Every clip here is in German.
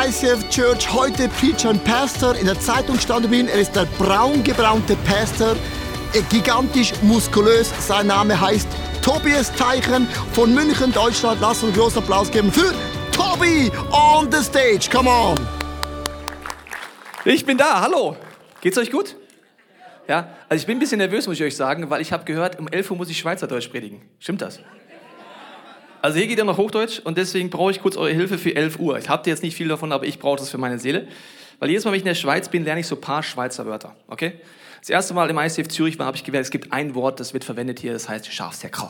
ICF Church. Heute preacht ein Pastor. In der Zeitung stand über ihn, er ist der braungebraunte Pastor. Gigantisch muskulös. Sein Name heißt Tobias Teichen von München, Deutschland. Lasst uns einen großen Applaus geben für Tobi on the stage. Come on. Ich bin da, hallo. Geht's euch gut? Ja, also ich bin ein bisschen nervös, muss ich euch sagen, weil ich habe gehört, um 11 Uhr muss ich Schweizerdeutsch predigen. Stimmt das? Also hier geht ja noch Hochdeutsch und deswegen brauche ich kurz eure Hilfe für 11 Uhr. Ich habe jetzt nicht viel davon, aber ich brauche das für meine Seele. Weil jedes Mal, wenn ich in der Schweiz bin, lerne ich so ein paar Schweizer Wörter. Okay? Das erste Mal im ICF Zürich war, habe ich gelernt, es gibt ein Wort, das wird verwendet hier, das heißt Schafsäckel.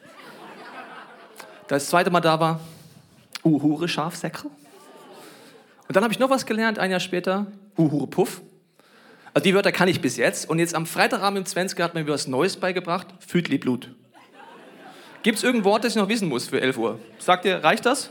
Das zweite Mal da war, Hure Schafsäckel. Und dann habe ich noch was gelernt, ein Jahr später, Hure Puff. Also die Wörter kann ich bis jetzt. Und jetzt am Freitagabend im Zwanziger hat man mir was Neues beigebracht, Füdli Blut. Gibt es irgendein Wort, das ich noch wissen muss für 11 Uhr? Sagt ihr, reicht das?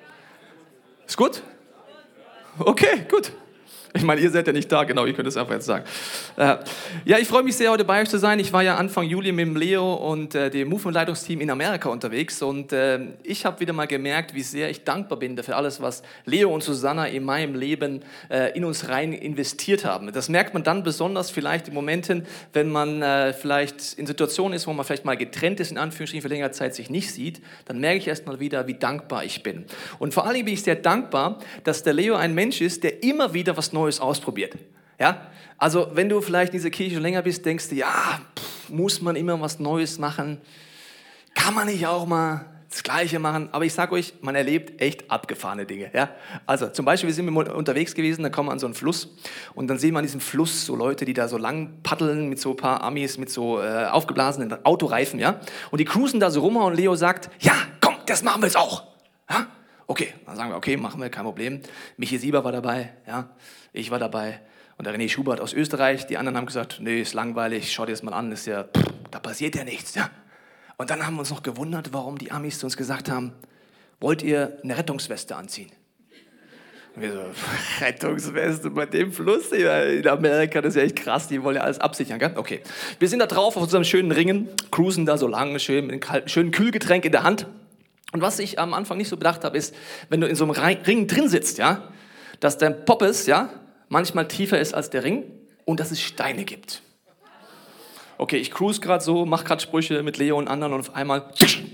Ist gut? Okay, gut. Ich meine, ihr seid ja nicht da, genau, ihr könnt es einfach jetzt sagen. Ja, ich freue mich sehr, heute bei euch zu sein. Ich war ja Anfang Juli mit dem Leo und dem Movement-Leitungsteam in Amerika unterwegs und ich habe wieder mal gemerkt, wie sehr ich dankbar bin für alles, was Leo und Susanna in meinem Leben in uns rein investiert haben. Das merkt man dann besonders vielleicht in Momenten, wenn man vielleicht in Situationen ist, wo man vielleicht mal getrennt ist, in Anführungsstrichen für längere Zeit sich nicht sieht, dann merke ich erst mal wieder, wie dankbar ich bin. Und vor allem bin ich sehr dankbar, dass der Leo ein Mensch ist, der immer wieder was Neues ausprobiert. Ja? Also wenn du vielleicht in dieser Kirche schon länger bist, denkst du, ja, muss man immer was Neues machen? Kann man nicht auch mal das Gleiche machen? Aber ich sage euch, man erlebt echt abgefahrene Dinge. Ja? Also zum Beispiel, wir sind unterwegs gewesen, da kommen wir an so einen Fluss und dann sehen wir an diesem Fluss so Leute, die da so lang paddeln mit so ein paar Amis, mit so aufgeblasenen Autoreifen. Ja? Und die cruisen da so rum und Leo sagt, ja, komm, das machen wir jetzt auch. Ja? Okay, dann sagen wir, okay, machen wir, kein Problem. Michi Sieber war dabei, ja, ich war dabei und der René Schubert aus Österreich. Die anderen haben gesagt, nee, ist langweilig, schau dir das mal an, ist ja, da passiert ja nichts. Ja. Und dann haben wir uns noch gewundert, warum die Amis zu uns gesagt haben, wollt ihr eine Rettungsweste anziehen? Und wir so, Rettungsweste bei dem Fluss in Amerika, das ist ja echt krass, die wollen ja alles absichern, gell? Okay, wir sind da drauf auf unserem schönen Ringen, cruisen da so lang, schön mit einem schönen Kühlgetränk in der Hand. Und was ich am Anfang nicht so bedacht habe, ist, wenn du in so einem Ring drin sitzt, ja, dass dein Poppes, ja, manchmal tiefer ist als der Ring und dass es Steine gibt. Okay, ich cruise gerade so, mache gerade Sprüche mit Leo und anderen und auf einmal,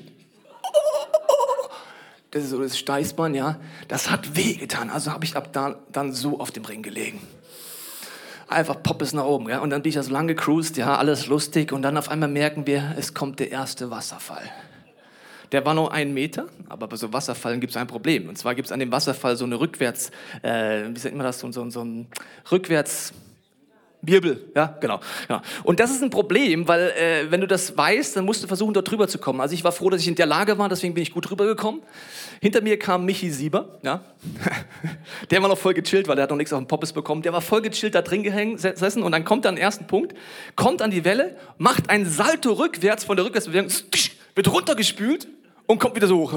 das ist so das Steißbein, ja, das hat wehgetan. Also habe ich ab da dann so auf dem Ring gelegen. Einfach Poppes nach oben, ja, und dann bin ich da so lang gecruised, ja, alles lustig und dann auf einmal merken wir, es kommt der erste Wasserfall. Der war nur 1 Meter, aber bei so Wasserfallen gibt es ein Problem. Und zwar gibt es an dem Wasserfall so eine Rückwärts, wie nennt man das, so ein Rückwärtswirbel, ja, genau. Und das ist ein Problem, weil wenn du das weißt, dann musst du versuchen, dort drüber zu kommen. Also ich war froh, dass ich in der Lage war, deswegen bin ich gut rübergekommen. Hinter mir kam Michi Sieber, ja. Der war noch voll gechillt, weil der hat noch nichts auf den Poppes bekommen. Der war voll gechillt da drin gesessen und dann kommt er an den ersten Punkt, kommt an die Welle, macht einen Salto rückwärts von der Rückwärtsbewegung, wird runtergespült und kommt wieder so hoch.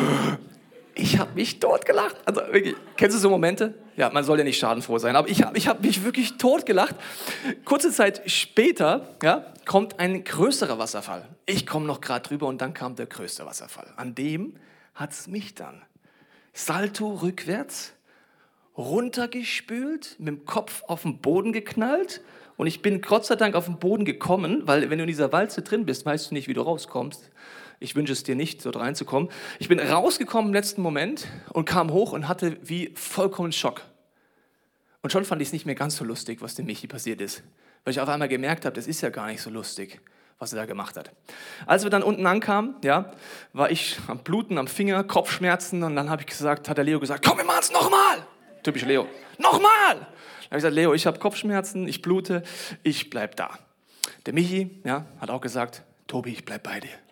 Ich habe mich totgelacht. Also wirklich, kennst du so Momente? Ja, man soll ja nicht schadenfroh sein, aber ich hab mich wirklich totgelacht. Kurze Zeit später, ja, kommt ein größerer Wasserfall. Ich komme noch gerade drüber und dann kam der größte Wasserfall. An dem hat es mich dann Salto rückwärts, runtergespült, mit dem Kopf auf den Boden geknallt und ich bin Gott sei Dank auf den Boden gekommen, weil wenn du in dieser Walze drin bist, weißt du nicht, wie du rauskommst. Ich wünsche es dir nicht, dort reinzukommen. Ich bin rausgekommen im letzten Moment und kam hoch und hatte wie vollkommen Schock. Und schon fand ich es nicht mehr ganz so lustig, was dem Michi passiert ist. Weil ich auf einmal gemerkt habe, das ist ja gar nicht so lustig, was er da gemacht hat. Als wir dann unten ankamen, ja, war ich am Bluten, am Finger, Kopfschmerzen und dann hat der Leo gesagt, komm, wir machen es nochmal. Typisch Leo, nochmal. Dann habe ich gesagt, Leo, ich habe Kopfschmerzen, ich blute, ich bleib da. Der Michi, ja, hat auch gesagt, Tobi, ich bleib bei dir.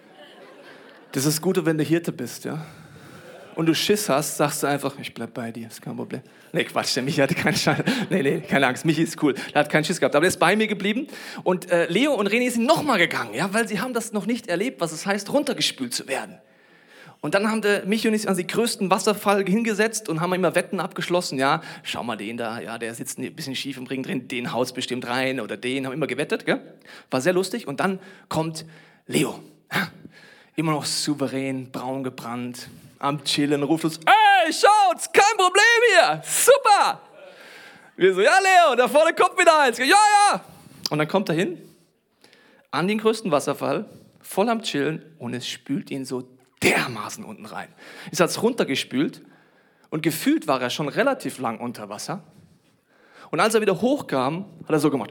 Das ist das Gute, wenn du Hirte bist, ja. Und du Schiss hast, sagst du einfach, ich bleib bei dir, ist kein Problem. Nee, Quatsch, der Michi hatte keine Scheiße. Nee, keine Angst, Michi ist cool. Der hat keinen Schiss gehabt, aber der ist bei mir geblieben. Und Leo und René sind nochmal gegangen, ja, weil sie haben das noch nicht erlebt, was es heißt, runtergespült zu werden. Und dann haben der Michi und ich an den größten Wasserfall hingesetzt und haben immer Wetten abgeschlossen, ja, schau mal den da, ja, der sitzt ein bisschen schief im Ring drin, den haut's bestimmt rein oder den, haben immer gewettet, gell? War sehr lustig. Und dann kommt Leo, ja? Immer noch souverän, braun gebrannt, am Chillen, ruft uns, ey, hey, schaut's, kein Problem hier, super. Wir so, ja Leo, da vorne kommt wieder eins, ja, ja. Und dann kommt er hin, an den größten Wasserfall, voll am Chillen und es spült ihn so dermaßen unten rein. Es hat es runtergespült und gefühlt war er schon relativ lang unter Wasser. Und als er wieder hochkam, hat er so gemacht.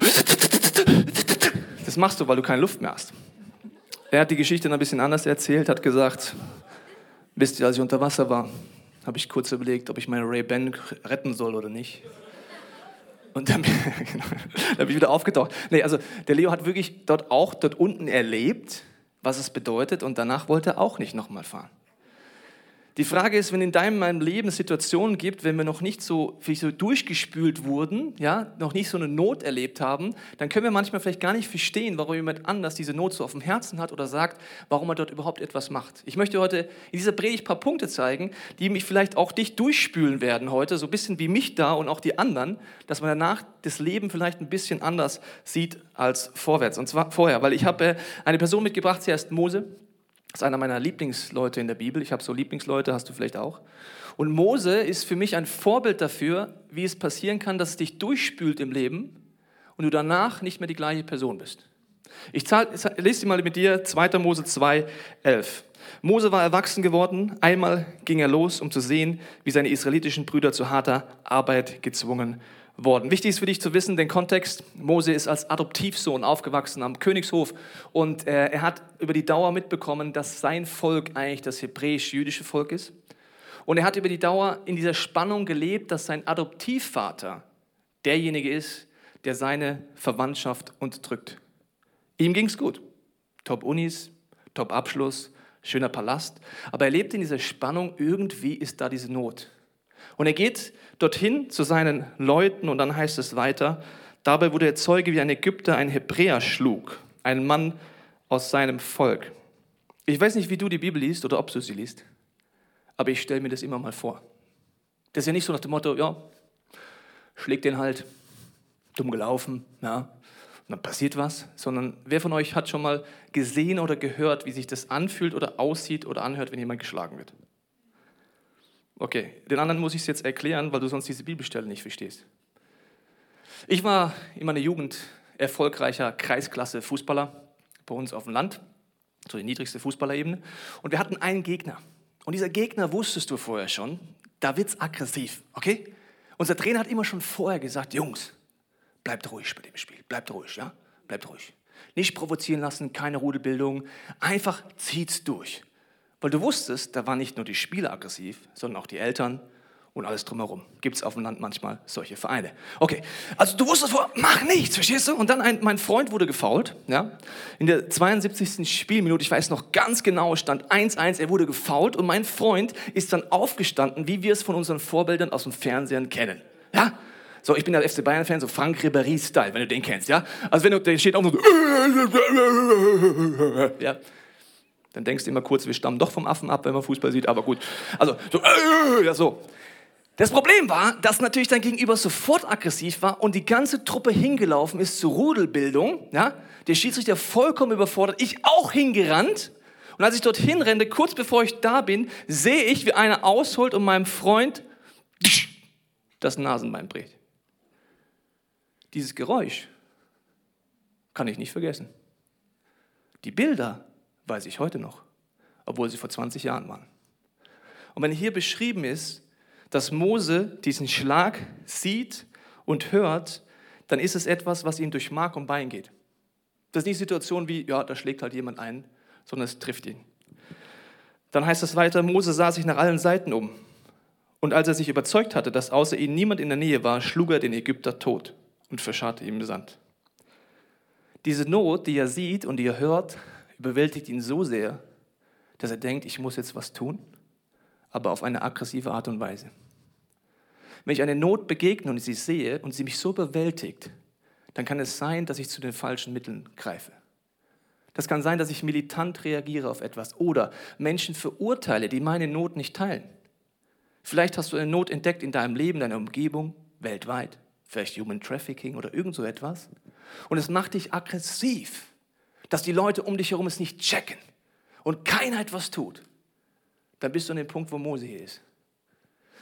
Das machst du, weil du keine Luft mehr hast. Er hat die Geschichte dann ein bisschen anders erzählt, hat gesagt, wisst ihr, als ich unter Wasser war, habe ich kurz überlegt, ob ich meine Ray-Ban retten soll oder nicht. Und dann, bin ich wieder aufgetaucht. Nee, also der Leo hat wirklich dort unten erlebt, was es bedeutet und danach wollte er auch nicht nochmal fahren. Die Frage ist, wenn in meinem Leben Situationen gibt, wenn wir noch nicht so durchgespült wurden, ja, noch nicht so eine Not erlebt haben, dann können wir manchmal vielleicht gar nicht verstehen, warum jemand anders diese Not so auf dem Herzen hat oder sagt, warum er dort überhaupt etwas macht. Ich möchte heute in dieser Predigt ein paar Punkte zeigen, die mich vielleicht auch dich durchspülen werden heute, so ein bisschen wie mich da und auch die anderen, dass man danach das Leben vielleicht ein bisschen anders sieht als vorwärts. Und zwar vorher, weil ich habe eine Person mitgebracht, sie heißt Mose. Das ist einer meiner Lieblingsleute in der Bibel. Ich habe so Lieblingsleute, hast du vielleicht auch. Und Mose ist für mich ein Vorbild dafür, wie es passieren kann, dass es dich durchspült im Leben und du danach nicht mehr die gleiche Person bist. Ich lese sie mal mit dir, 2. Mose 2, 11. Mose war erwachsen geworden, einmal ging er los, um zu sehen, wie seine israelitischen Brüder zu harter Arbeit gezwungen worden. Wichtig ist für dich zu wissen, den Kontext, Mose ist als Adoptivsohn aufgewachsen am Königshof und er hat über die Dauer mitbekommen, dass sein Volk eigentlich das hebräisch-jüdische Volk ist. Und er hat über die Dauer in dieser Spannung gelebt, dass sein Adoptivvater derjenige ist, der seine Verwandtschaft unterdrückt. Ihm ging es gut. Top-Unis, Top-Abschluss, schöner Palast. Aber er lebt in dieser Spannung, irgendwie ist da diese Not. Und er geht dorthin zu seinen Leuten und dann heißt es weiter, dabei wurde er Zeuge, wie ein Ägypter einen Hebräer schlug, einen Mann aus seinem Volk. Ich weiß nicht, wie du die Bibel liest oder ob du sie liest, aber ich stelle mir das immer mal vor. Das ist ja nicht so nach dem Motto, ja, schlägt den halt, dumm gelaufen, ja, und dann passiert was, sondern wer von euch hat schon mal gesehen oder gehört, wie sich das anfühlt oder aussieht oder anhört, wenn jemand geschlagen wird? Okay, den anderen muss ich es jetzt erklären, weil du sonst diese Bibelstelle nicht verstehst. Ich war in meiner Jugend erfolgreicher Kreisklasse-Fußballer bei uns auf dem Land, so die niedrigste Fußballerebene. Und wir hatten einen Gegner. Und dieser Gegner wusstest du vorher schon, da wird's aggressiv, okay? Unser Trainer hat immer schon vorher gesagt, Jungs, bleibt ruhig bei dem Spiel, bleibt ruhig, ja? Bleibt ruhig. Nicht provozieren lassen, keine Rudelbildung, einfach zieht's durch. Weil du wusstest, da waren nicht nur die Spieler aggressiv, sondern auch die Eltern und alles drumherum. Gibt es auf dem Land manchmal solche Vereine. Okay, also du wusstest vorher, mach nichts, verstehst du? Und dann mein Freund wurde gefoult, ja? In der 72. Spielminute, ich weiß noch ganz genau, stand 1-1, er wurde gefoult und mein Freund ist dann aufgestanden, wie wir es von unseren Vorbildern aus dem Fernsehen kennen. Ja? So, ich bin der FC Bayern-Fan, so Frank Ribéry-Style, wenn du den kennst, ja? Also wenn du, der steht auch nur so, ja? Dann denkst du immer kurz, wir stammen doch vom Affen ab, wenn man Fußball sieht, aber gut. Also, so, ja, so. Das Problem war, dass natürlich dein Gegenüber sofort aggressiv war und die ganze Truppe hingelaufen ist zur Rudelbildung. Ja? Der Schiedsrichter vollkommen überfordert, ich auch hingerannt. Und als ich dorthin renne, kurz bevor ich da bin, sehe ich, wie einer ausholt und meinem Freund das Nasenbein bricht. Dieses Geräusch kann ich nicht vergessen. Die Bilder weiß ich heute noch, obwohl sie vor 20 Jahren waren. Und wenn hier beschrieben ist, dass Mose diesen Schlag sieht und hört, dann ist es etwas, was ihm durch Mark und Bein geht. Das ist nicht eine Situation wie, ja, da schlägt halt jemand ein, sondern es trifft ihn. Dann heißt es weiter, Mose sah sich nach allen Seiten um. Und als er sich überzeugt hatte, dass außer ihm niemand in der Nähe war, schlug er den Ägypter tot und verscharrte ihn im Sand. Diese Not, die er sieht und die er hört, überwältigt ihn so sehr, dass er denkt, ich muss jetzt was tun, aber auf eine aggressive Art und Weise. Wenn ich eine Not begegne und sie sehe und sie mich so überwältigt, dann kann es sein, dass ich zu den falschen Mitteln greife. Das kann sein, dass ich militant reagiere auf etwas oder Menschen verurteile, die meine Not nicht teilen. Vielleicht hast du eine Not entdeckt in deinem Leben, deiner Umgebung, weltweit, vielleicht Human Trafficking oder irgend so etwas. Und es macht dich aggressiv, dass die Leute um dich herum es nicht checken und keiner etwas tut. Dann bist du an dem Punkt, wo Mose hier ist.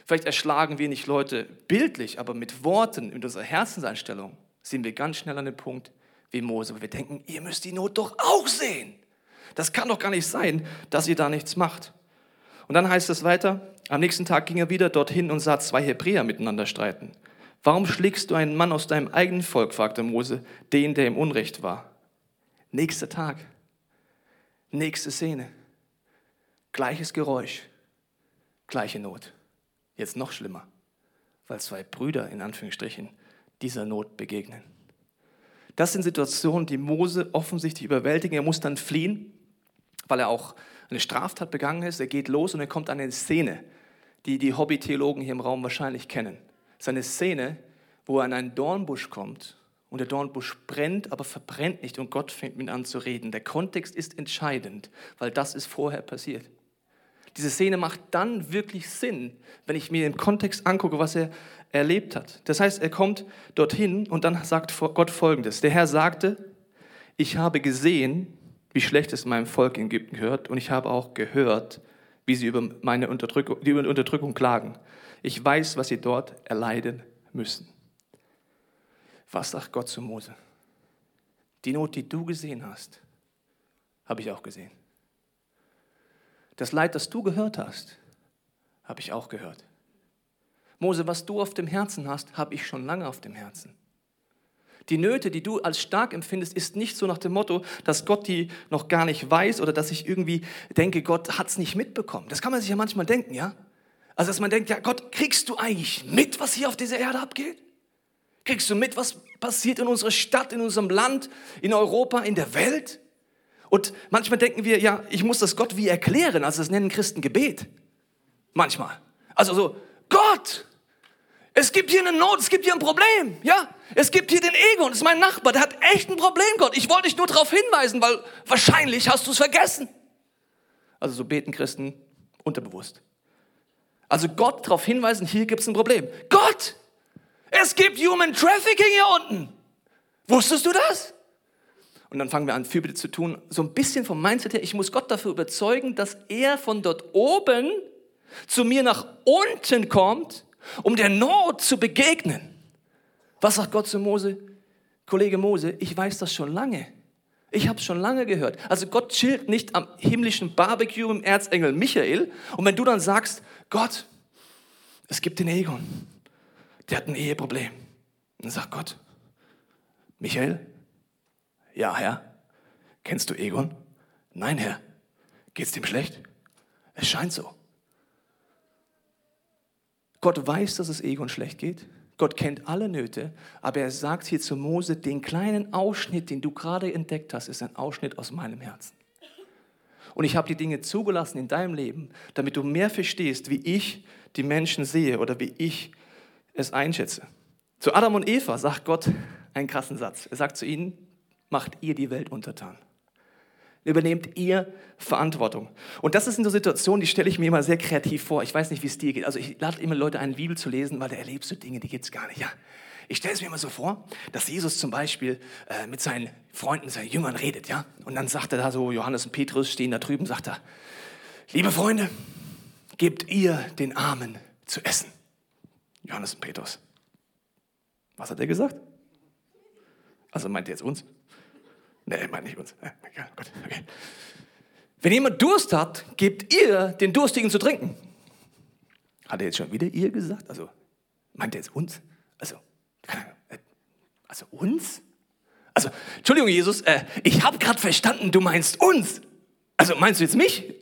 Vielleicht erschlagen wir nicht Leute bildlich, aber mit Worten, mit unserer Herzenseinstellung sind wir ganz schnell an dem Punkt wie Mose, wo wir denken, ihr müsst die Not doch auch sehen. Das kann doch gar nicht sein, dass ihr da nichts macht. Und dann heißt es weiter, am nächsten Tag ging er wieder dorthin und sah 2 Hebräer miteinander streiten. Warum schlägst du einen Mann aus deinem eigenen Volk, fragte Mose, den, der im Unrecht war. Nächster Tag, nächste Szene, gleiches Geräusch, gleiche Not. Jetzt noch schlimmer, weil 2 Brüder, in Anführungsstrichen, dieser Not begegnen. Das sind Situationen, die Mose offensichtlich überwältigen. Er muss dann fliehen, weil er auch eine Straftat begangen ist. Er geht los und er kommt an eine Szene, die die Hobby-Theologen hier im Raum wahrscheinlich kennen. Es ist eine Szene, wo er an einen Dornbusch kommt und der Dornbusch brennt, aber verbrennt nicht und Gott fängt mit ihm an zu reden. Der Kontext ist entscheidend, weil das ist vorher passiert. Diese Szene macht dann wirklich Sinn, wenn ich mir im Kontext angucke, was er erlebt hat. Das heißt, er kommt dorthin und dann sagt Gott Folgendes. Der Herr sagte, ich habe gesehen, wie schlecht es meinem Volk in Ägypten gehört und ich habe auch gehört, wie sie über die Unterdrückung klagen. Ich weiß, was sie dort erleiden müssen. Was sagt Gott zu Mose? Die Not, die du gesehen hast, habe ich auch gesehen. Das Leid, das du gehört hast, habe ich auch gehört. Mose, was du auf dem Herzen hast, habe ich schon lange auf dem Herzen. Die Nöte, die du als stark empfindest, ist nicht so nach dem Motto, dass Gott die noch gar nicht weiß oder dass ich irgendwie denke, Gott hat es nicht mitbekommen. Das kann man sich ja manchmal denken, ja? Also, dass man denkt, ja Gott, kriegst du eigentlich mit, was hier auf dieser Erde abgeht? Kriegst du mit, was passiert in unserer Stadt, in unserem Land, in Europa, in der Welt? Und manchmal denken wir, ja, ich muss das Gott wie erklären, also das nennen Christen Gebet. Manchmal. Also so, Gott, es gibt hier eine Not, es gibt hier ein Problem, ja? Es gibt hier den Egon, das ist mein Nachbar, der hat echt ein Problem, Gott. Ich wollte dich nur darauf hinweisen, weil wahrscheinlich hast du es vergessen. Also so beten Christen unterbewusst. Also Gott darauf hinweisen, hier gibt es ein Problem. Gott, es gibt Human Trafficking hier unten. Wusstest du das? Und dann fangen wir an, Fürbitte zu tun, so ein bisschen vom Mindset her, ich muss Gott dafür überzeugen, dass er von dort oben zu mir nach unten kommt, um der Not zu begegnen. Was sagt Gott zu Mose? Kollege Mose, ich weiß das schon lange. Ich habe es schon lange gehört. Also Gott chillt nicht am himmlischen Barbecue im Erzengel Michael. Und wenn du dann sagst, Gott, es gibt den Egon, der hat ein Eheproblem. Dann sagt Gott, Michael, ja, Herr. Kennst du Egon? Nein, Herr. Geht's dem schlecht? Es scheint so. Gott weiß, dass es Egon schlecht geht. Gott kennt alle Nöte, aber er sagt hier zu Mose, den kleinen Ausschnitt, den du gerade entdeckt hast, ist ein Ausschnitt aus meinem Herzen. Und ich habe die Dinge zugelassen in deinem Leben, damit du mehr verstehst, wie ich die Menschen sehe oder wie ich es einschätze. Zu Adam und Eva sagt Gott einen krassen Satz. Er sagt zu ihnen, macht ihr die Welt untertan. Übernehmt ihr Verantwortung. Und das ist eine Situation, die stelle ich mir immer sehr kreativ vor. Ich weiß nicht, wie es dir geht. Also ich lade immer Leute ein, Bibel zu lesen, weil da erlebst du Dinge, die gibt es gar nicht. Ja? Ich stelle es mir immer so vor, dass Jesus zum Beispiel mit seinen Freunden, seinen Jüngern redet. Ja? Und dann sagt er da so, Johannes und Petrus stehen da drüben, sagt er, liebe Freunde, gebt ihr den Armen zu essen. Johannes und Petrus. Was hat er gesagt? Also meint er jetzt uns? Nee, meint nicht uns. Ja, gut, okay. Wenn jemand Durst hat, gebt ihr den Durstigen zu trinken. Hat er jetzt schon wieder ihr gesagt? Also meint er jetzt uns? Also uns? Also, Entschuldigung, Jesus, ich habe gerade verstanden, du meinst uns. Also meinst du jetzt mich?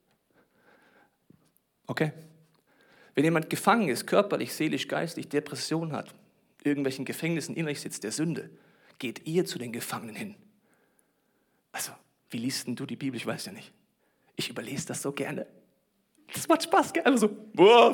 Okay. Wenn jemand gefangen ist, körperlich, seelisch, geistlich, Depression hat, irgendwelchen Gefängnissen innerlich sitzt der Sünde, geht ihr zu den Gefangenen hin. Also, wie liest denn du die Bibel? Ich weiß ja nicht. Ich überlese das so gerne. Das macht Spaß, gell? Also so,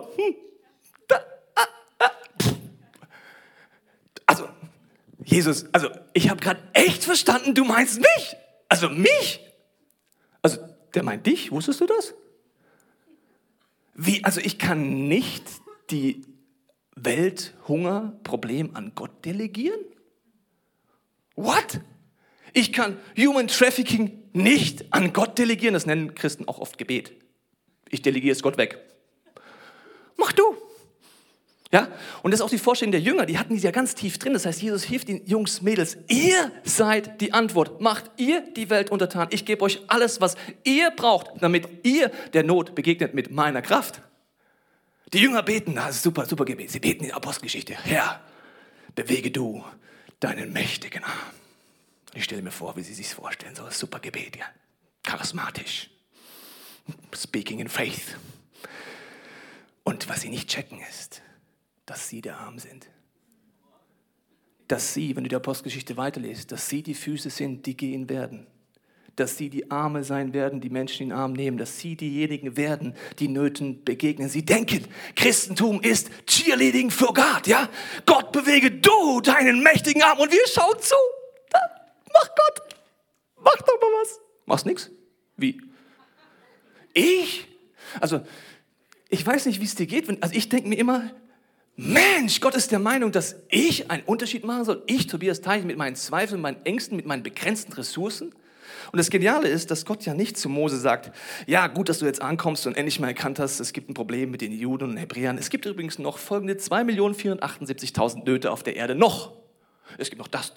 Also, Jesus, also ich habe gerade echt verstanden, du meinst mich. Also mich. Also, der meint dich, wusstest du das? Wie, also ich kann nicht die Welthungerproblem an Gott delegieren? What? Ich kann Human Trafficking nicht an Gott delegieren. Das nennen Christen auch oft Gebet. Ich delegiere es Gott weg. Mach du. Ja? Und das ist auch die Vorstellung der Jünger, die hatten die ja ganz tief drin. Das heißt, Jesus hilft den Jungs, Mädels, ihr seid die Antwort. Macht ihr die Welt untertan. Ich gebe euch alles, was ihr braucht, damit ihr der Not begegnet mit meiner Kraft. Die Jünger beten, das ist super, super Gebet. Sie beten in der Apostelgeschichte. Herr, bewege du deinen mächtigen Arm. Ich stelle mir vor, wie sie sich vorstellen. So ein super Gebet, ja. Charismatisch. Speaking in faith. Und was sie nicht checken ist, dass sie der Arm sind. Dass sie, wenn du die Apostelgeschichte weiterliest, dass sie die Füße sind, die gehen werden. Dass sie die Arme sein werden, die Menschen in den Arm nehmen. Dass sie diejenigen werden, die Nöten begegnen. Sie denken, Christentum ist Cheerleading für Gott. Ja? Gott, bewege du deinen mächtigen Arm und wir schauen zu. Mach Gott, mach doch mal was. Machst nix? Wie? Ich? Also, ich weiß nicht, wie es dir geht. Also ich denke mir immer, Mensch, Gott ist der Meinung, dass ich einen Unterschied machen soll. Ich, Tobias Teichen, mit meinen Zweifeln, meinen Ängsten, mit meinen begrenzten Ressourcen. Und das Geniale ist, dass Gott ja nicht zu Mose sagt, ja, gut, dass du jetzt ankommst und endlich mal erkannt hast, es gibt ein Problem mit den Juden und Hebräern. Es gibt übrigens noch folgende 2.478.000 Nöte auf der Erde noch. Es gibt noch das.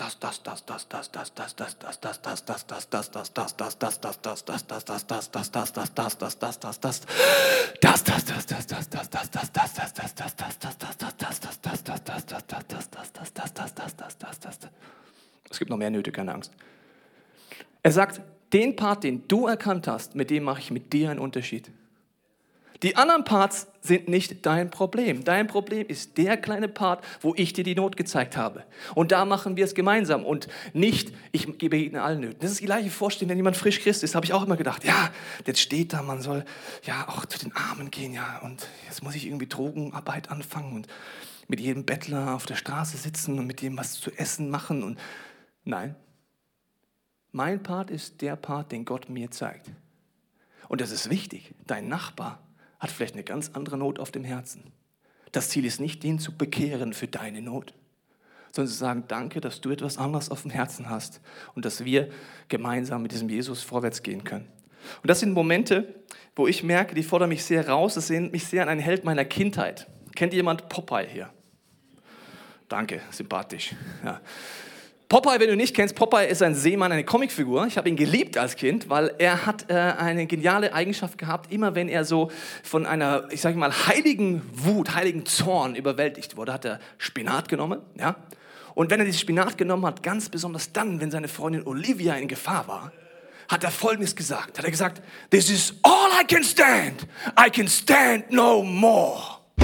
Es gibt noch mehr Nöte, keine Angst. Er sagt, den Part, den du erkannt hast, mit dem mache ich mit dir einen Unterschied. Die anderen Parts sind nicht dein Problem. Dein Problem ist der kleine Part, wo ich dir die Not gezeigt habe. Und da machen wir es gemeinsam und nicht, ich gebe ihnen allen Nöten. Das ist die gleiche Vorstellung, wenn jemand frisch Christ ist, habe ich auch immer gedacht, ja, jetzt steht da, man soll ja auch zu den Armen gehen, ja, und jetzt muss ich irgendwie Drogenarbeit anfangen und mit jedem Bettler auf der Straße sitzen und mit dem was zu essen machen. Und nein, mein Part ist der Part, den Gott mir zeigt. Und das ist wichtig, dein Nachbar hat vielleicht eine ganz andere Not auf dem Herzen. Das Ziel ist nicht, ihn zu bekehren für deine Not, sondern zu sagen, danke, dass du etwas anderes auf dem Herzen hast und dass wir gemeinsam mit diesem Jesus vorwärts gehen können. Und das sind Momente, wo ich merke, die fordern mich sehr raus, das erinnert mich sehr an einen Held meiner Kindheit. Kennt jemand Popeye hier? Danke, sympathisch. Ja. Popeye, wenn du nicht kennst, Popeye ist ein Seemann, eine Comicfigur. Ich habe ihn geliebt als Kind, weil er hat eine geniale Eigenschaft gehabt. Immer wenn er so von einer, ich sage mal, heiligen Wut, heiligen Zorn überwältigt wurde, hat er Spinat genommen. Ja? Und wenn er dieses Spinat genommen hat, ganz besonders dann, wenn seine Freundin Olivia in Gefahr war, hat er Folgendes gesagt. Hat er gesagt, "This is all I can stand. I can stand no more."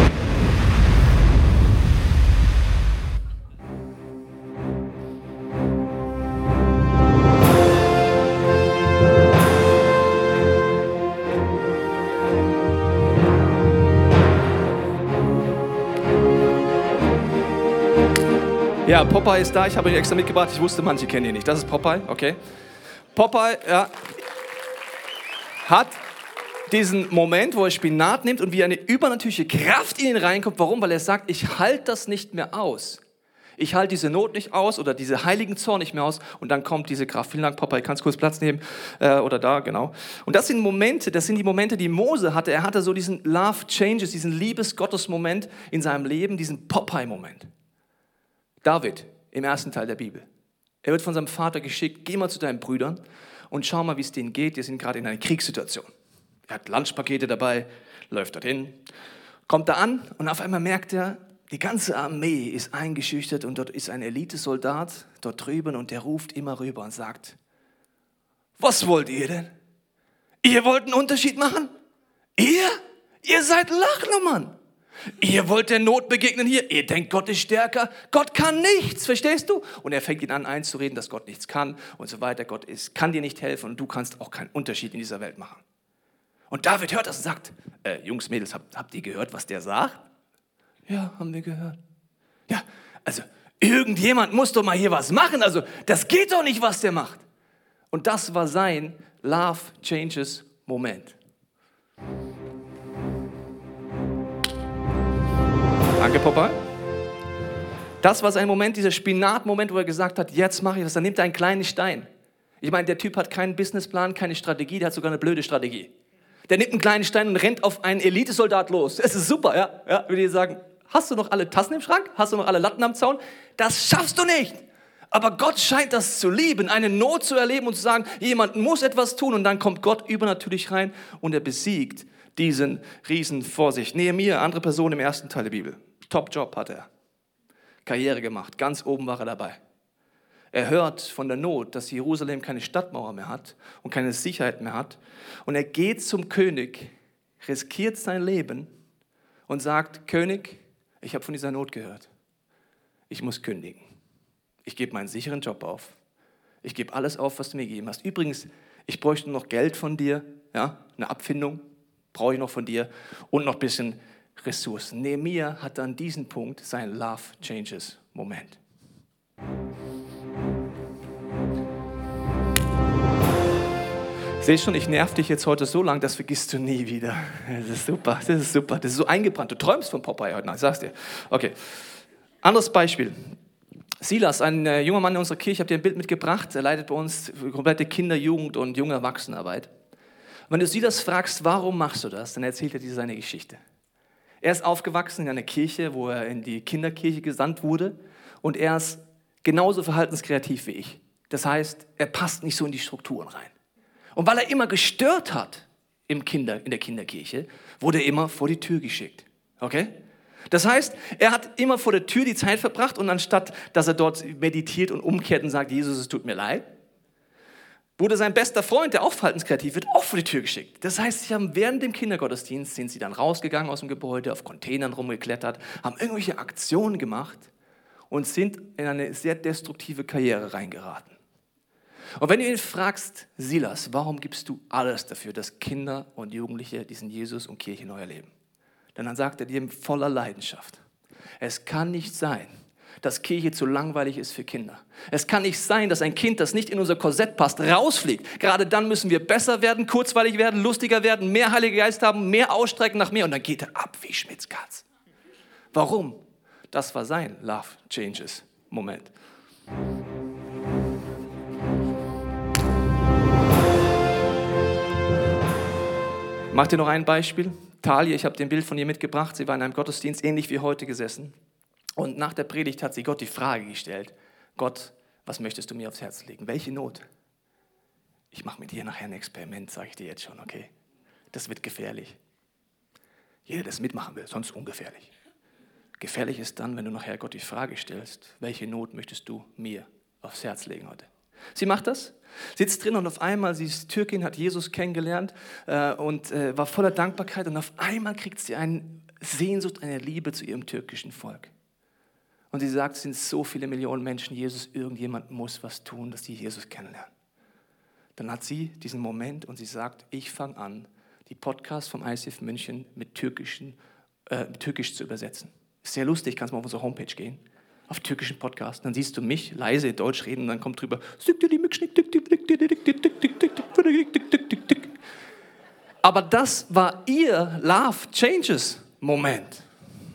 Ja, Popeye ist da, ich habe ihn extra mitgebracht, ich wusste, manche kennen ihn nicht. Das ist Popeye, okay. Popeye, ja, hat diesen Moment, wo er Spinat nimmt und wie eine übernatürliche Kraft in ihn reinkommt. Warum? Weil er sagt, ich halte das nicht mehr aus. Ich halte diese Not nicht aus oder diese heiligen Zorn nicht mehr aus und dann kommt diese Kraft. Vielen Dank, Popeye, kannst kurz Platz nehmen oder da, genau. Und das sind die Momente, die Mose hatte. Er hatte so diesen Love Changes, diesen Liebes-Gottes-Moment in seinem Leben, diesen Popeye-Moment. David im ersten Teil der Bibel. Er wird von seinem Vater geschickt, geh mal zu deinen Brüdern und schau mal, wie es denen geht. Die sind gerade in einer Kriegssituation. Er hat Lunchpakete dabei, läuft dorthin, kommt da an und auf einmal merkt er, die ganze Armee ist eingeschüchtert und dort ist ein Elitesoldat dort drüben und der ruft immer rüber und sagt, was wollt ihr denn? Ihr wollt einen Unterschied machen? Ihr seid Lachnummern. Ihr wollt der Not begegnen hier. Ihr denkt, Gott ist stärker. Gott kann nichts, verstehst du? Und er fängt ihn an einzureden, dass Gott nichts kann und so weiter. Gott kann dir nicht helfen und du kannst auch keinen Unterschied in dieser Welt machen. Und David hört das und sagt, Jungs, Mädels, habt ihr gehört, was der sagt? Ja, haben wir gehört. Ja, also irgendjemand muss doch mal hier was machen. Also das geht doch nicht, was der macht. Und das war sein Love Changes Moment. Danke, Popeye. Das war sein Moment, dieser Spinat-Moment, wo er gesagt hat, jetzt mache ich das. Dann nimmt er einen kleinen Stein. Ich meine, der Typ hat keinen Businessplan, keine Strategie, der hat sogar eine blöde Strategie. Der nimmt einen kleinen Stein und rennt auf einen Elitesoldat los. Das ist super, ja? Ja, würde ich sagen, Hast du noch alle Tassen im Schrank? Hast du noch alle Latten am Zaun? Das schaffst du nicht. Aber Gott scheint das zu lieben, eine Not zu erleben und zu sagen, jemand muss etwas tun. Und dann kommt Gott übernatürlich rein und er besiegt diesen Riesen vor sich. Nehemia, andere Person im ersten Teil der Bibel. Top-Job hat er. Karriere gemacht, ganz oben war er dabei. Er hört von der Not, dass Jerusalem keine Stadtmauer mehr hat und keine Sicherheit mehr hat. Und er geht zum König, riskiert sein Leben und sagt, König, ich habe von dieser Not gehört. Ich muss kündigen. Ich gebe meinen sicheren Job auf. Ich gebe alles auf, was du mir gegeben hast. Übrigens, ich bräuchte noch Geld von dir, ja, eine Abfindung brauche ich noch von dir und noch ein bisschen Ressourcen. Nehemia hat an diesem Punkt seinen Love Changes Moment. Siehst schon, ich nerv dich jetzt heute so lang, das vergisst du nie wieder. Das ist super, das ist super. Das ist so eingebrannt. Du träumst von Popeye heute Nacht, ich sag's dir. Okay, anderes Beispiel. Silas, ein junger Mann in unserer Kirche, ich habe dir ein Bild mitgebracht. Er leitet bei uns komplette Kinder-, Jugend- und junge Erwachsenenarbeit. Wenn du Silas fragst, warum machst du das, dann erzählt er dir seine Geschichte. Er ist aufgewachsen in einer Kirche, wo er in die Kinderkirche gesandt wurde. Und er ist genauso verhaltenskreativ wie ich. Das heißt, er passt nicht so in die Strukturen rein. Und weil er immer gestört hat in der Kinderkirche, wurde er immer vor die Tür geschickt. Okay? Das heißt, er hat immer vor der Tür die Zeit verbracht und anstatt, dass er dort meditiert und umkehrt und sagt, Jesus, es tut mir leid, wurde sein bester Freund, der auch verhaltenskreativ wird, auch vor die Tür geschickt. Das heißt, sie haben während dem Kindergottesdienst, sind sie dann rausgegangen aus dem Gebäude, auf Containern rumgeklettert, haben irgendwelche Aktionen gemacht und sind in eine sehr destruktive Karriere reingeraten. Und wenn du ihn fragst, Silas, warum gibst du alles dafür, dass Kinder und Jugendliche diesen Jesus und Kirche neu erleben? Dann sagt er dir voller Leidenschaft, es kann nicht sein, dass Kirche zu langweilig ist für Kinder. Es kann nicht sein, dass ein Kind, das nicht in unser Korsett passt, rausfliegt. Gerade dann müssen wir besser werden, kurzweilig werden, lustiger werden, mehr Heiliger Geist haben, mehr ausstrecken nach mehr und dann geht er ab wie Schmitz Katz. Warum? Das war sein Love Changes Moment. Mach dir noch ein Beispiel. Talia, ich habe dir ein Bild von ihr mitgebracht. Sie war in einem Gottesdienst ähnlich wie heute gesessen. Und nach der Predigt hat sie Gott die Frage gestellt, Gott, was möchtest du mir aufs Herz legen? Welche Not? Ich mache mit dir nachher ein Experiment, sage ich dir jetzt schon, okay? Das wird gefährlich. Jeder, der das mitmachen will, sonst ungefährlich. Gefährlich ist dann, wenn du nachher Gott die Frage stellst, welche Not möchtest du mir aufs Herz legen heute? Sie macht das, sitzt drin und auf einmal, sie ist Türkin, hat Jesus kennengelernt und war voller Dankbarkeit und auf einmal kriegt sie eine Sehnsucht, eine Liebe zu ihrem türkischen Volk. Und sie sagt, es sind so viele Millionen Menschen, Jesus, irgendjemand muss was tun, dass die Jesus kennenlernen. Dann hat sie diesen Moment und sie sagt, ich fange an, die Podcasts vom ICF München mit Türkisch zu übersetzen. Ist sehr lustig, kannst mal auf unsere Homepage gehen. Auf türkischen Podcast, dann siehst du mich leise in Deutsch reden und dann kommt drüber aber das war ihr Love Changes Moment.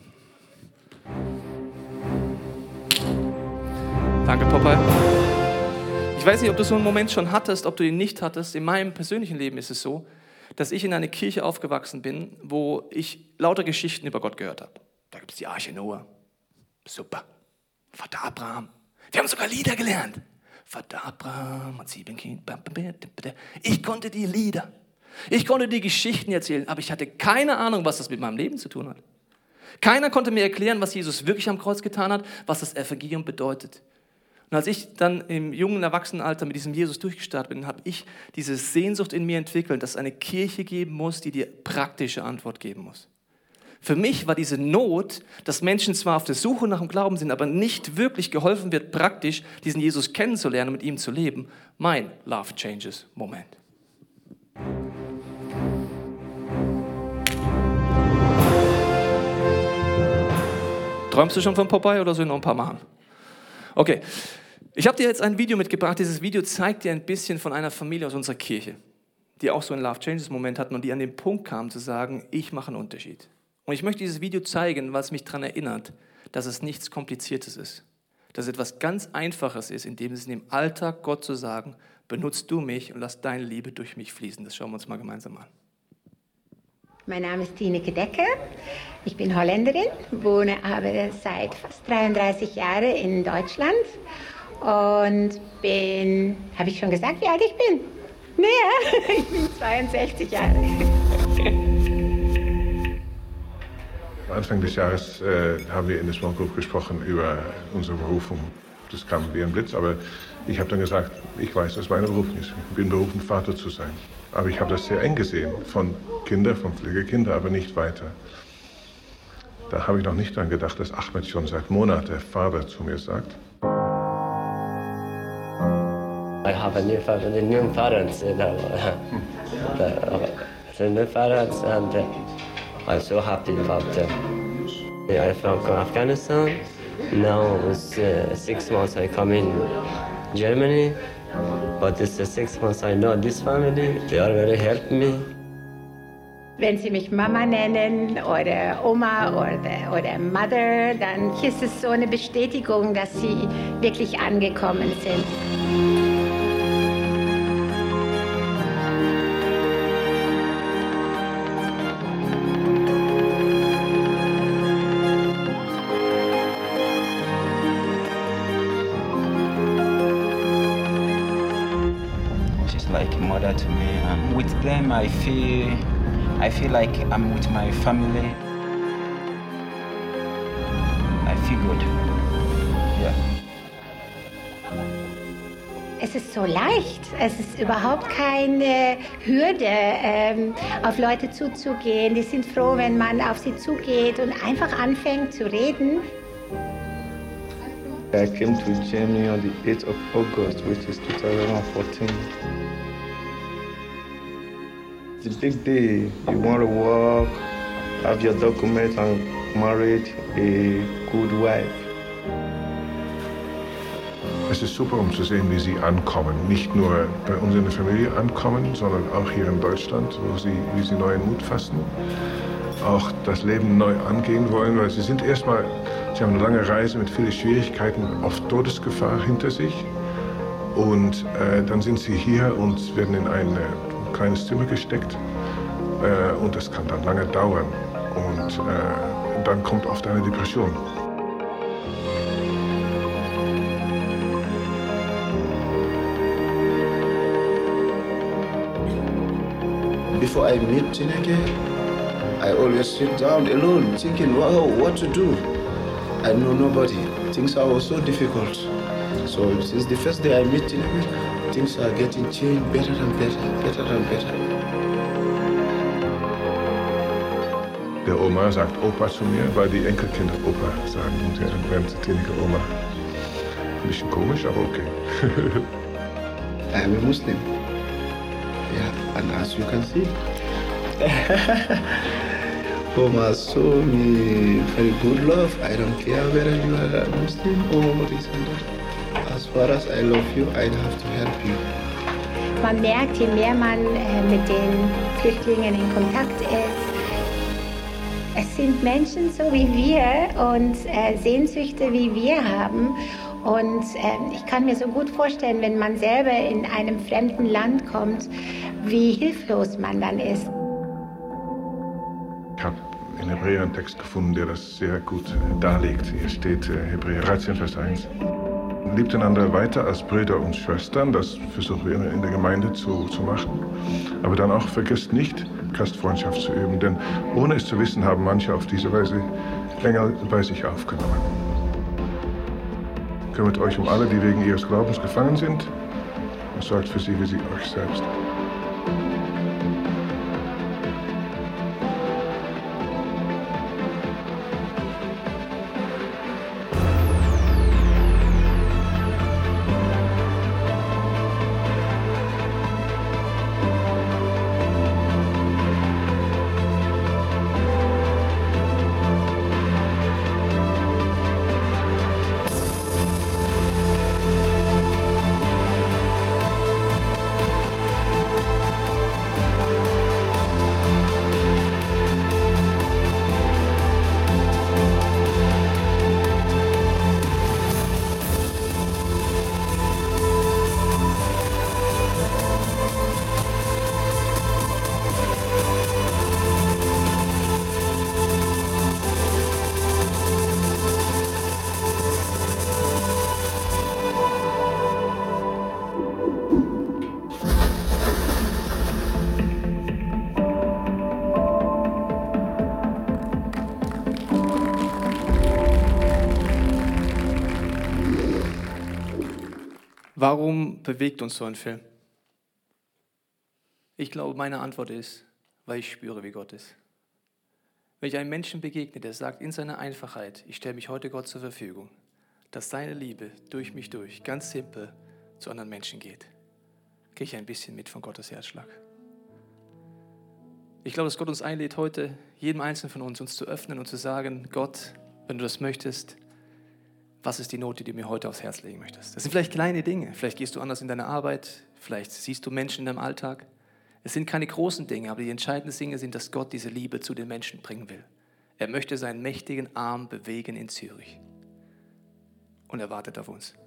Danke, Popeye. Ich weiß nicht, ob du so einen Moment schon hattest, ob du ihn nicht hattest. In meinem persönlichen Leben ist es so, dass ich in einer Kirche aufgewachsen bin, wo ich lauter Geschichten über Gott gehört habe. Da gibt es die Arche Noah. Super. Vater Abraham. Wir haben sogar Lieder gelernt. Vater Abraham und 7 Kinder. Ich konnte die Lieder. Ich konnte die Geschichten erzählen, aber ich hatte keine Ahnung, was das mit meinem Leben zu tun hat. Keiner konnte mir erklären, was Jesus wirklich am Kreuz getan hat, was das Evangelium bedeutet. Und als ich dann im jungen Erwachsenenalter mit diesem Jesus durchgestartet bin, habe ich diese Sehnsucht in mir entwickelt, dass es eine Kirche geben muss, die dir praktische Antwort geben muss. Für mich war diese Not, dass Menschen zwar auf der Suche nach dem Glauben sind, aber nicht wirklich geholfen wird, praktisch diesen Jesus kennenzulernen und mit ihm zu leben, mein Love Changes Moment. Träumst du schon von Popeye oder soll ich noch ein paar machen? Okay, ich habe dir jetzt ein Video mitgebracht. Dieses Video zeigt dir ein bisschen von einer Familie aus unserer Kirche, die auch so einen Love Changes Moment hatten und die an den Punkt kam zu sagen, ich mache einen Unterschied. Und ich möchte dieses Video zeigen, weil es mich daran erinnert, dass es nichts Kompliziertes ist. Dass es etwas ganz Einfaches ist, in dem es in dem Alltag Gott zu sagen, benutzt du mich und lass deine Liebe durch mich fließen. Das schauen wir uns mal gemeinsam an. Mein Name ist Tineke Dekker. Ich bin Holländerin, wohne aber seit fast 33 Jahren in Deutschland und habe ich schon gesagt, wie alt ich bin? Nee, ich bin 62 Jahre. Anfang des Jahres haben wir in der Small Group gesprochen über unsere Berufung. Das kam wie ein Blitz, aber ich habe dann gesagt, ich weiß, dass meine Berufung ist. Ich bin berufen, Vater zu sein. Aber ich habe das sehr eng gesehen, von Pflegekindern, aber nicht weiter. Da habe ich noch nicht daran gedacht, dass Ahmed schon seit Monaten Vater zu mir sagt. I have a new family, new parents, new parents, and I'm so happy about them. I'm from Afghanistan. Now it's 6 months I come in Germany, but it's the 6 months I know this family. They already helped me. Wenn Sie mich Mama nennen oder Oma oder Mother, dann ist es so eine Bestätigung, dass Sie wirklich angekommen sind. She's like a mother to me, and with them I feel like I'm with my family. I feel good. Yeah. Es ist so leicht. Es ist überhaupt keine Hürde, auf Leute zuzugehen. Die sind froh, wenn man auf sie zugeht und einfach anfängt zu reden. I came to Germany on the 8th of August, which is 2014. It's a big day. You want to work, have your document and married a good wife. Es ist super, um zu sehen, wie sie ankommen. Nicht nur bei uns in der Familie ankommen, sondern auch hier in Deutschland, wie sie neuen Mut fassen. Auch das Leben neu angehen wollen, weil sie haben eine lange Reise mit vielen Schwierigkeiten, oft Todesgefahr hinter sich. Und dann sind sie hier und werden in ein kleines Zimmer gesteckt. Und das kann dann lange dauern. Und dann kommt oft eine Depression. Before I meet Tineke, I always sit down alone, thinking, wow, what to do. I know nobody. Things are so difficult. So since the first day I meet Tineke, things are getting changed better and better, better and better. Der Oma sagt Opa zu mir, weil die Enkelkinder Opa sagen. Und er nennt Tineke Oma. Ein bisschen komisch, aber okay. I am a Muslim. Yeah, and as you can see, Oma showed me very good love. I don't care whether you are a Muslim or this and that. As far as I love you, I have to help you. Man merkt, je mehr man mit den Flüchtlingen in Kontakt ist, es sind Menschen so wie wir und Sehnsüchte wie wir haben. Und ich kann mir so gut vorstellen, wenn man selber in einem fremden Land kommt, wie hilflos man dann ist. Ich habe in Hebräer einen Text gefunden, der das sehr gut darlegt. Hier steht Hebräer 13, Vers 1. Liebt einander weiter als Brüder und Schwestern, das versuchen wir immer in der Gemeinde zu machen. Aber dann auch vergesst nicht, Gastfreundschaft zu üben, denn ohne es zu wissen, haben manche auf diese Weise Engel bei sich aufgenommen. Kümmert euch um alle, die wegen ihres Glaubens gefangen sind, und sorgt für sie wie sie euch selbst. Warum bewegt uns so ein Film? Ich glaube, meine Antwort ist, weil ich spüre, wie Gott ist. Wenn ich einem Menschen begegne, der sagt in seiner Einfachheit, ich stelle mich heute Gott zur Verfügung, dass seine Liebe durch mich durch, ganz simpel, zu anderen Menschen geht, gehe ich ein bisschen mit von Gottes Herzschlag. Ich glaube, dass Gott uns einlädt, heute jedem Einzelnen von uns zu öffnen und zu sagen, Gott, wenn du das möchtest, was ist die Not, die du mir heute aufs Herz legen möchtest? Das sind vielleicht kleine Dinge, vielleicht gehst du anders in deine Arbeit, vielleicht siehst du Menschen in deinem Alltag. Es sind keine großen Dinge, aber die entscheidenden Dinge sind, dass Gott diese Liebe zu den Menschen bringen will. Er möchte seinen mächtigen Arm bewegen in Zürich. Und er wartet auf uns.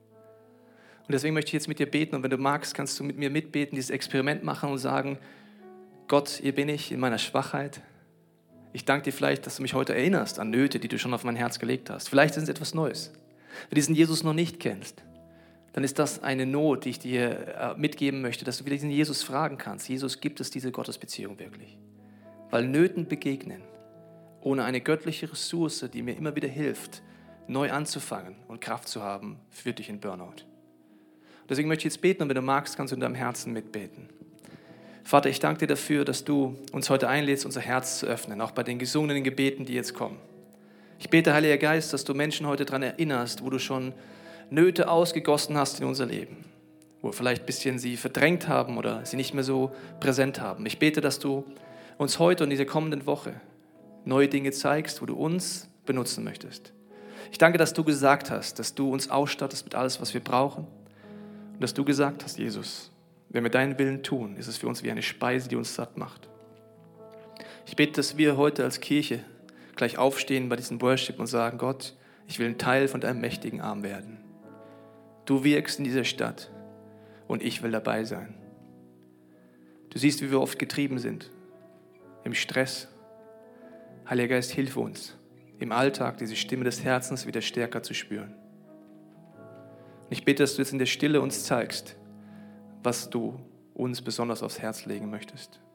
Und deswegen möchte ich jetzt mit dir beten. Und wenn du magst, kannst du mit mir mitbeten, dieses Experiment machen und sagen, Gott, hier bin ich in meiner Schwachheit. Ich danke dir vielleicht, dass du mich heute erinnerst an Nöte, die du schon auf mein Herz gelegt hast. Vielleicht ist es etwas Neues. Wenn du diesen Jesus noch nicht kennst, dann ist das eine Not, die ich dir mitgeben möchte, dass du wieder diesen Jesus fragen kannst. Jesus, gibt es diese Gottesbeziehung wirklich? Weil Nöten begegnen, ohne eine göttliche Ressource, die mir immer wieder hilft, neu anzufangen und Kraft zu haben, führt dich in Burnout. Deswegen möchte ich jetzt beten und wenn du magst, kannst du in deinem Herzen mitbeten. Vater, ich danke dir dafür, dass du uns heute einlädst, unser Herz zu öffnen, auch bei den gesungenen Gebeten, die jetzt kommen. Ich bete, Heiliger Geist, dass du Menschen heute daran erinnerst, wo du schon Nöte ausgegossen hast in unser Leben, wo wir vielleicht ein bisschen sie verdrängt haben oder sie nicht mehr so präsent haben. Ich bete, dass du uns heute und diese kommenden Woche neue Dinge zeigst, wo du uns benutzen möchtest. Ich danke, dass du gesagt hast, dass du uns ausstattest mit alles, was wir brauchen und dass du gesagt hast, Jesus, wenn wir deinen Willen tun, ist es für uns wie eine Speise, die uns satt macht. Ich bete, dass wir heute als Kirche gleich aufstehen bei diesem Worship und sagen, Gott, ich will ein Teil von deinem mächtigen Arm werden. Du wirkst in dieser Stadt und ich will dabei sein. Du siehst, wie wir oft getrieben sind, im Stress. Heiliger Geist, hilf uns, im Alltag diese Stimme des Herzens wieder stärker zu spüren. Und ich bitte, dass du jetzt in der Stille uns zeigst, was du uns besonders aufs Herz legen möchtest.